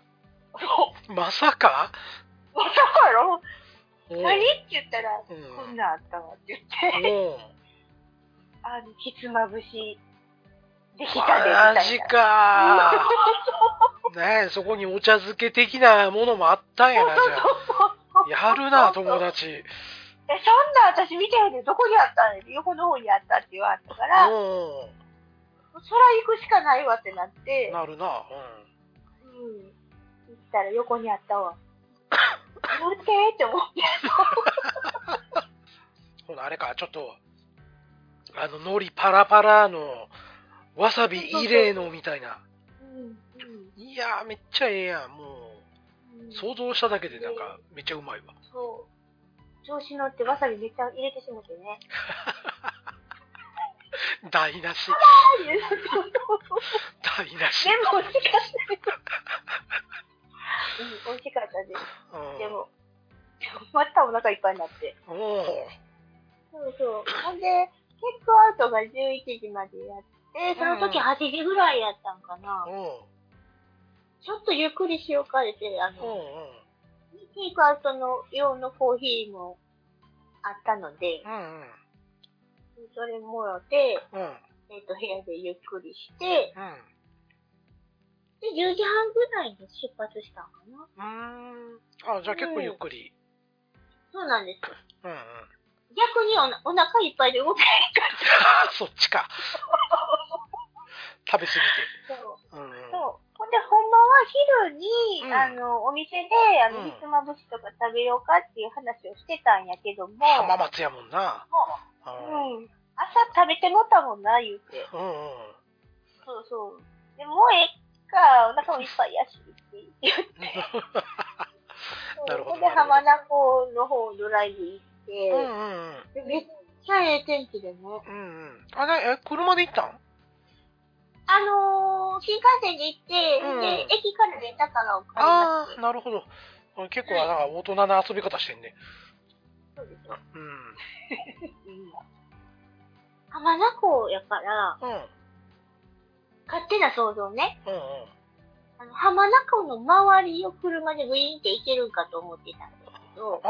ろ何って言ったら、こんなんあったわって言って、ひつまぶし、できたで、みたいな。 マジかねえ、そこにお茶漬け的なものもあったんやな、じゃあ。やるな、友達。 そんな私見てへんで、どこにあったん？横の方にあったって言われたから、そら行くしかないわってなって。 なるな、行ったら横にあったわ。言ってって思って。 ほな、あれか、ちょっと、海苔パラパラの、わさび入れのみたいな。いやー、めっちゃええやん、もう。想像しただけでなんか、めっちゃうまいわ。 そう。調子乗ってわさびめっちゃ入れてしまってね。 台無し。台無し。 でも美味しかった。美味しかったです。でも、またお腹いっぱいになって。そう。ほんで、チェックアウトが11時までやって、その時8時ぐらいやったんかな。ちょっとゆっくりしようかって、テイクアウトの用のコーヒーもあったので、それもろて、部屋でゆっくりして、で、10時半ぐらいに出発したんかな。 じゃあ結構ゆっくり。 そうなんです。逆にお腹いっぱいで動けないから。 そっちか。食べ過ぎて。 そう。ほんで、ほんまは昼に、お店で、ひつまぶしとか食べようかっていう話をしてたんやけども。 浜松やもんな。 朝食べてもったもんな、言うて。そう。でもうええか、お腹もいっぱいやし、って言って。 なるほど。 ほんで、浜名湖の方ドライブ行って、めっちゃええ天気でね。 車で行ったん？ 新幹線で行って、で、駅からレンタカーを借りまして。 なるほど。結構、なんか大人な遊び方してんね。 そうですよ。浜名湖やから、勝手な想像ね。浜名湖の周りを車でウィーンって行けるんかと思ってたんですけど。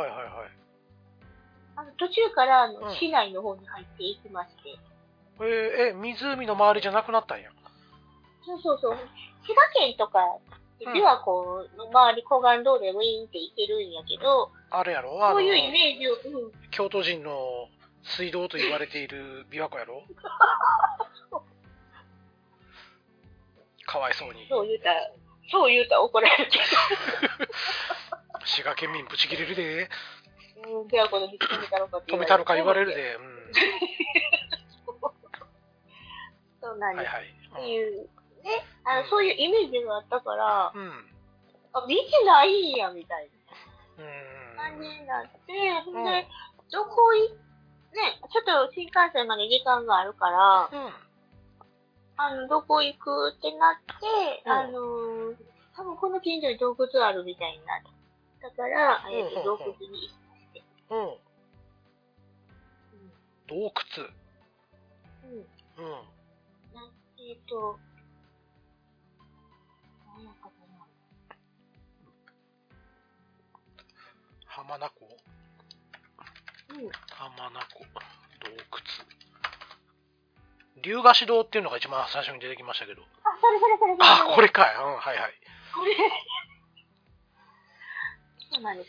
途中から市内の方に入っていきまして。 湖の周りじゃなくなったんや。 そう。滋賀県とかではこう、周り湖岸道路でウィーンって行けるんやけど、 あれやろ？ そういうイメージを、 京都人の水道と言われている琵琶湖やろ？かわいそうに。 そう言うたら怒られるけど。 滋賀県民ブチ切れるで。 琵琶湖の道止めたろかって止めたろか言われるで。 そうなんです。っていうね、そういうイメージがあったから、道ないんや、みたいな感じになって、で、どこね、ちょっと新幹線まで時間があるから、どこ行くってなって、多分この近所に洞窟あるみたいになった。だから、洞窟に行って。 洞窟。 何やったかな。 浜名湖。浜名湖。洞窟。龍河岸堂っていうのが一番最初に出てきましたけど。 それ。 あ、これかい。はいはい。 これ。そうなんです。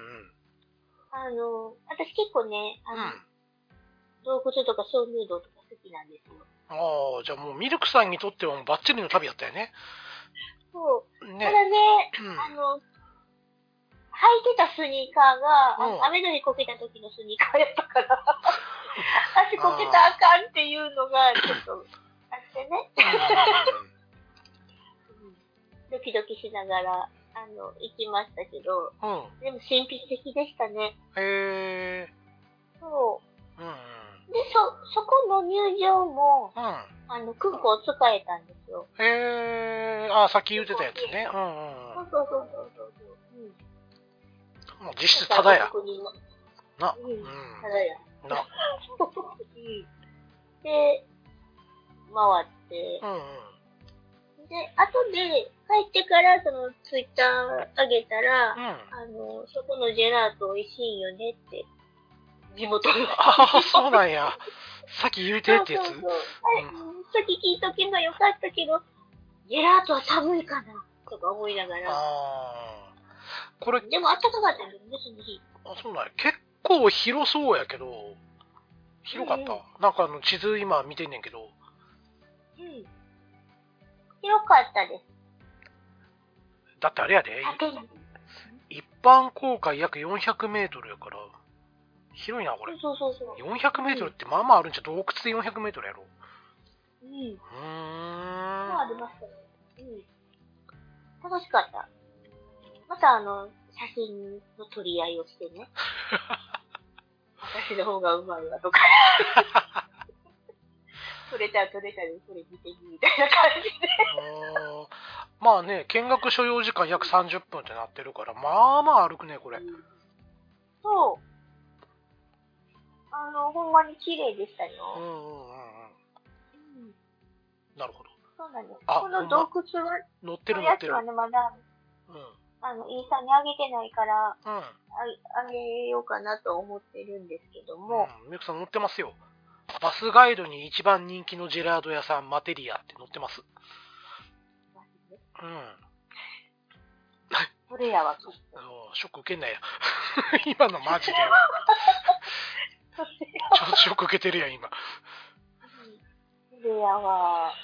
私結構ね、洞窟とか鍾乳洞とか好きなんですよ。 ああ、じゃあもうミルクさんにとってはもうバッチリの旅やったよね。 そう。ね、ただね、履いてたスニーカーが、雨の日こけた時のスニーカーやったから、足こけたらあかんっていうのがちょっとあってね。ドキドキしながら、行きましたけど、でも神秘的でしたね。 へー。 そう。で、そこの入場も、クーポン使えたんですよ。 へー。あ、さっき言ってたやつね。 そう。 もう実質ただや。な。 ただや。で、回って、で、後で帰ってからツイッター上げたら、そこのジェラート美味しいよねって、地元の。 あ、そうなんや。さっき言うてってやつ。 さっき聞いとけばよかったけど、ジェラートは寒いかなとか思いながら。 これでも暖かかったよね、その日。 あ、そうなんや。結構広そうやけど、広かった。なんか地図今見てんねんけど。 広かったです。 だってあれやで。一般公開約400メートルやから、広いな、これ。 そう。 400メートルってまあまああるんじゃ、洞窟で400メートルやろ。 まあありましたね。楽しかった。また写真の撮り合いをしてね。私の方がうまいわとか。撮れたでこれ見てみたいな感じで。 まあね、見学所要時間約30分ってなってるから、まあまあ歩くね、これ。 そう。ほんまに綺麗でしたよ。 なるほど。 そうなんです。この洞窟は、 乗ってる。 やつはね、まだ、インスタに上げてないから、あげようかなと思ってるんですけども。 ミクさん乗ってますよ。バスガイドに一番人気のジェラード屋さん、マテリアって載ってます。 それやわ、 ショック受けんなや。今のマジで。ちょっとショック受けてるやん、今。 それやわ。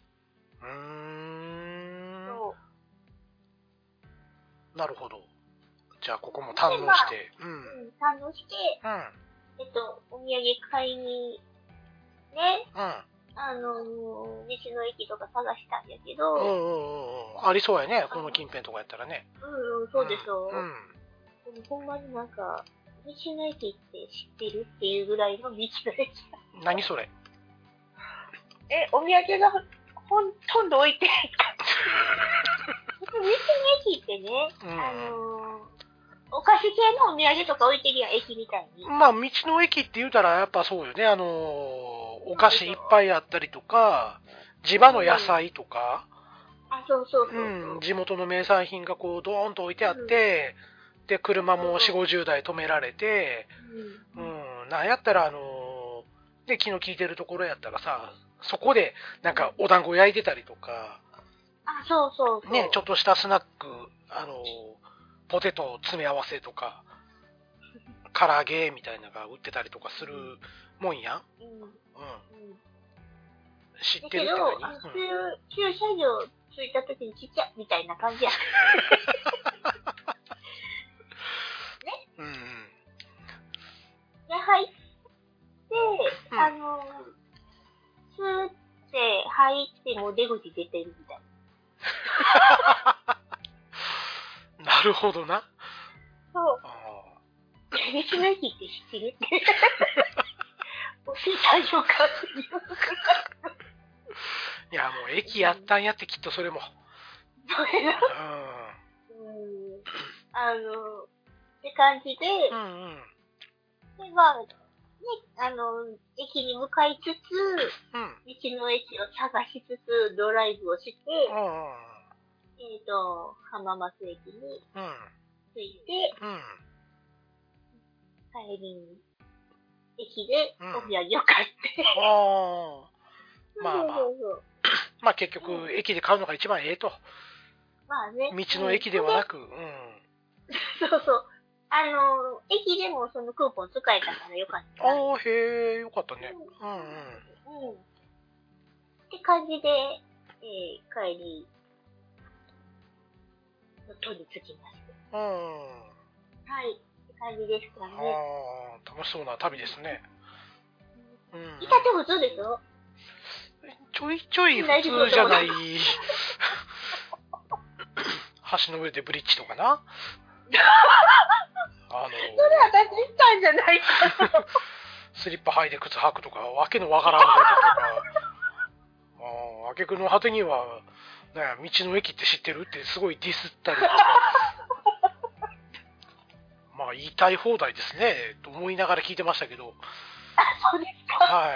なるほど。じゃあ、ここも堪能して。 堪能して、お土産買いに、ね、道の駅とか探したんやけど、 ありそうやね、この近辺とかやったらね。 そうでしょ。でもほんまになんか、道の駅って知ってるっていうぐらいの道の駅。 何それ？ お土産がほとんど置いてない。道の駅ってね、お菓子系のお土産とか置いてるやん、駅みたいに。 まあ、道の駅って言うたらやっぱそうよね。お菓子いっぱいあったりとか、地場の野菜とか、地元の名産品がこうドーンと置いてあって、で、車も4、50台止められて、なんやったらで、昨日聞いてるところやったらさ、そこでなんかお団子焼いてたりとか、ね、ちょっとしたスナック、ポテト詰め合わせとか、唐揚げみたいなのが売ってたりとかするもんやん。知ってるって何？駐車場着いた時にちっちゃみたいな感じや。ね。で、入って、スーって入回来ても出口出てるみたいな。なるほどな。 そう。道の駅って知ってるって。最初から。 いや、もう駅やったんやって、きっとそれも。 それが。って感じで、で、まあ、ね、駅に向かいつつ、道の駅を探しつつ、ドライブをして、浜松駅に着いて、帰りに、駅でお土産を買って。 まあ結局、駅で買うのが一番ええと。 まあね。 道の駅ではなく、 そうそう。駅でもそのクーポン使えたからよかった。 へえ、よかったね。 って感じで、帰り、途に着きました。はい。って感じですかね。 楽しそうな旅ですね。 至って普通でしょ？ ちょいちょい普通じゃない。橋の上でブリッジとかな。 それ私言ったんじゃないか。 スリッパ履いて靴履くとか、わけのわからんこととか。挙句の果てには、道の駅って知ってるってすごいディスったりとか。まあ言いたい放題ですね、と思いながら聞いてましたけど。 そうですか。 はい。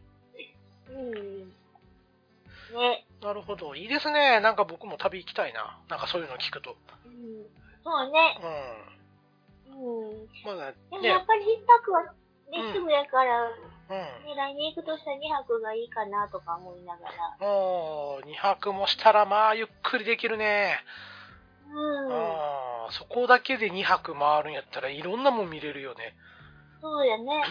ね。 なるほど。いいですね。なんか僕も旅行きたいな。なんかそういうの聞くと。 そうね。 まだね。 でもやっぱり1泊はね、すぐやから、来年行くとしたら2泊がいいかなとか思いながら。 2泊もしたらまあゆっくりできるね。そこだけで2泊回るんやったらいろんなもん見れるよね。 そうやね。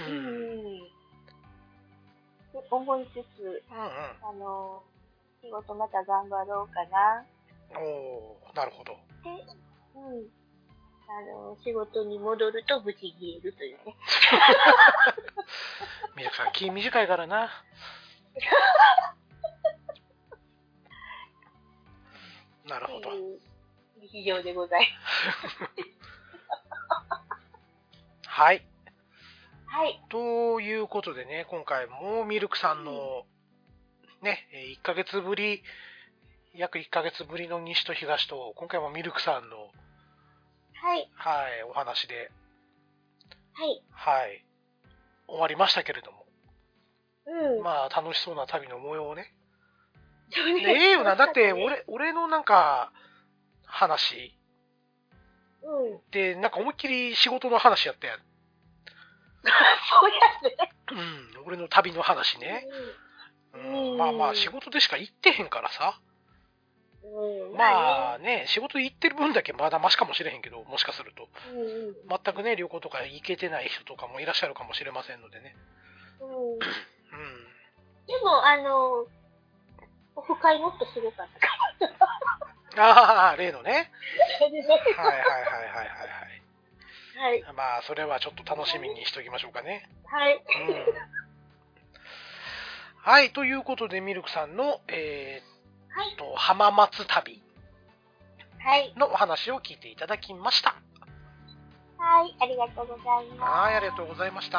思いつつ、仕事また頑張ろうかな。 なるほど。 で、仕事に戻るとブチ切れるというね。 みゆきさん、気短いからな。なるほど。 日常でございます。はい。 はい。 ということでね、今回もミルクさんの、ね、1ヶ月ぶり、約1ヶ月ぶりの西と東と、今回もミルクさんの、 はい。 お話で、 はい。 終わりましたけれども。まあ、楽しそうな旅の模様をね。ええよな、だって、俺のなんか、話。で、なんか思いっきり仕事の話やったやん。 そうやね。 俺の旅の話ね。まあまあ、仕事でしか行ってへんからさ。まあね、仕事行ってる分だけまだマシかもしれへんけど、もしかすると。全くね、旅行とか行けてない人とかもいらっしゃるかもしれませんのでね。 でも、オフ会もっとすごかったかも。例のね。はい。まあ、それはちょっと楽しみにしときましょうかね。 はい。 はい、ということで、ミルクさんの、浜松旅のお話を聞いていただきました。 はい、ありがとうございます。 はい、ありがとうございました。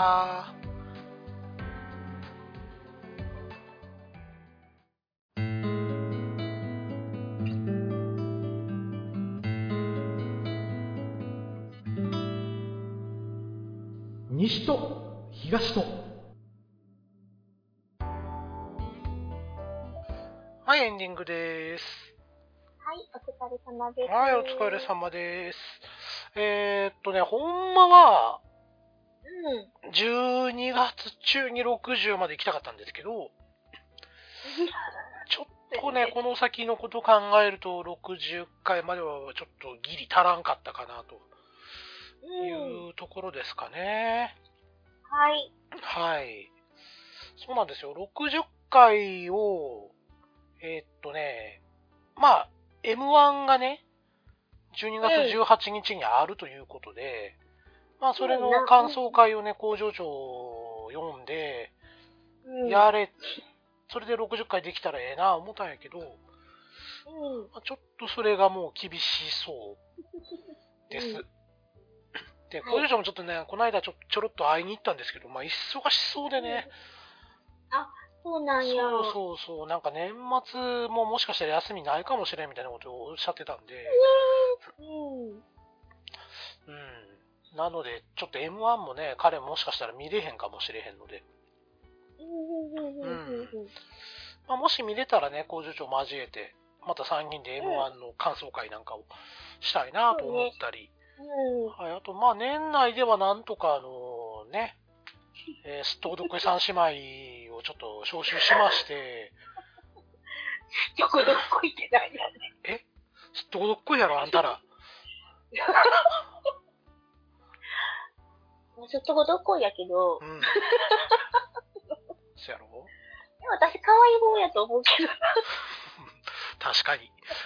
西と東と。はい、エンディングです。 はい、お疲れ様です。 はい、お疲れ様です。ほんまは、12月中に60まで行きたかったんですけど、ちょっとね、この先のこと考えると、60回まではちょっとギリ足らんかったかなというところですかね。 はい。 はい。そうなんですよ。60回を、まあ、M1 がね、12月18日にあるということで、まあ、それの感想会をね、工場長を読んで、やれそれで60回できたらええな思ったんやけど、ちょっとそれがもう厳しそうです。で、工場長もちょっとね、この間ちょろっと会いに行ったんですけど、忙しそうでね。 そうなんや。 そう。なんか年末ももしかしたら休みないかもしれんみたいなことをおっしゃってたんで。なので、ちょっと M1 もね、彼もしかしたら見れへんかもしれへんので。もし見れたらね、工場長交えて、また3人で M1 の感想会なんかをしたいなと思ったり。あと、年内ではなんとかすっとこどっこい三姉妹をちょっと招集しまして。 すっとこどっこいって何やねん。 すっとこどっこいやろ、あんたら。 すっとこどっこいやけど。 そやろ？ 私、可愛い方やと思うけど。 確かに。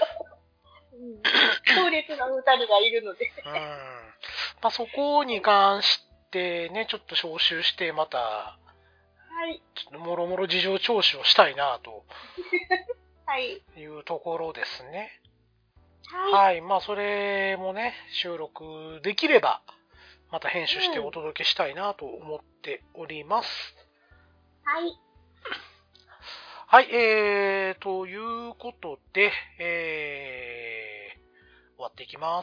強烈な二人がいるので。 そこに関してね、ちょっと招集して、また、ちょっともろもろ事情聴取をしたいなと。いうところですね。それもね、収録できれば、また編集してお届けしたいなと思っております。ということで、終わっていきます。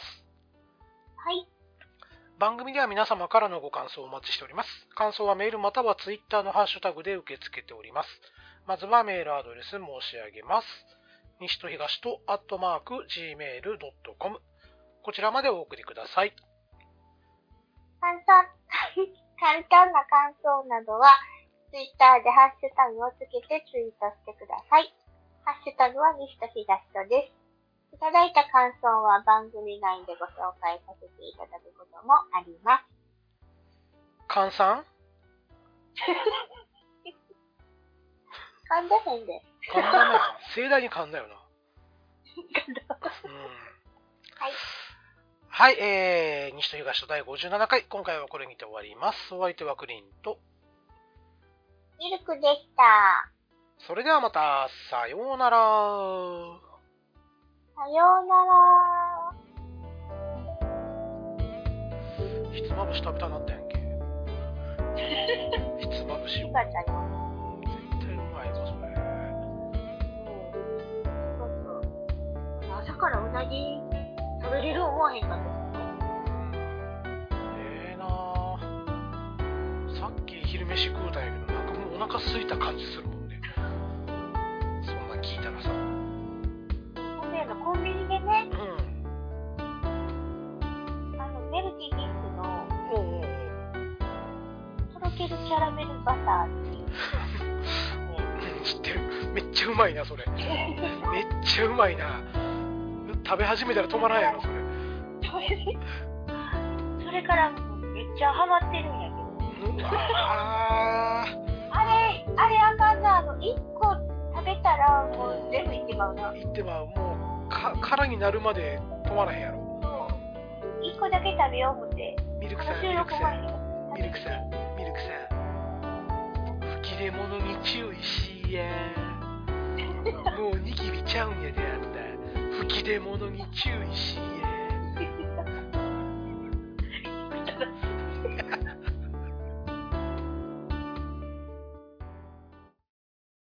番組では皆様からのご感想をお待ちしております。感想はメールまたはツイッターのハッシュタグで受け付けております。まずはメールアドレス申し上げます。西と東と@gmail.com こちらまでお送りください。 簡単な感想などはツイッターでハッシュタグをつけてツイートしてください。ハッシュタグは西と東とです。いただいた感想は番組内でご紹介させていただくこともあります。 噛んさん？ 噛んでへんで。 噛んだな。盛大に噛んだよな。西と東と第57回。今回はこれにて終わります。お相手はクリンとミルクでした。 それではまた、さようなら。 さようなら。ひつまぶし食べたなったやんけ。ひつまぶしを。絶対うまいわ、それ。 朝からうなぎ食べれる思わへんかった。 さっき昼飯食うたんやけど、なんかもうお腹空いた感じするもんね。そんな聞いたらさ。 コンビニでね、メルティギングのとろけるキャラメルバターっていう。 知ってる。めっちゃうまいな、それ。めっちゃうまいな。食べ始めたら止まらんやろ、それ。 それからめっちゃハマってるんやけど。あれあかんな。1個食べたらもう全部いってまうな。 いってまう。もう空になるまで止まらへんやろ。 1個だけ食べよう思って。 ミルクさん。吹き出物に注意しや。もうニキビちゃうんやであんた。吹き出物に注意しや。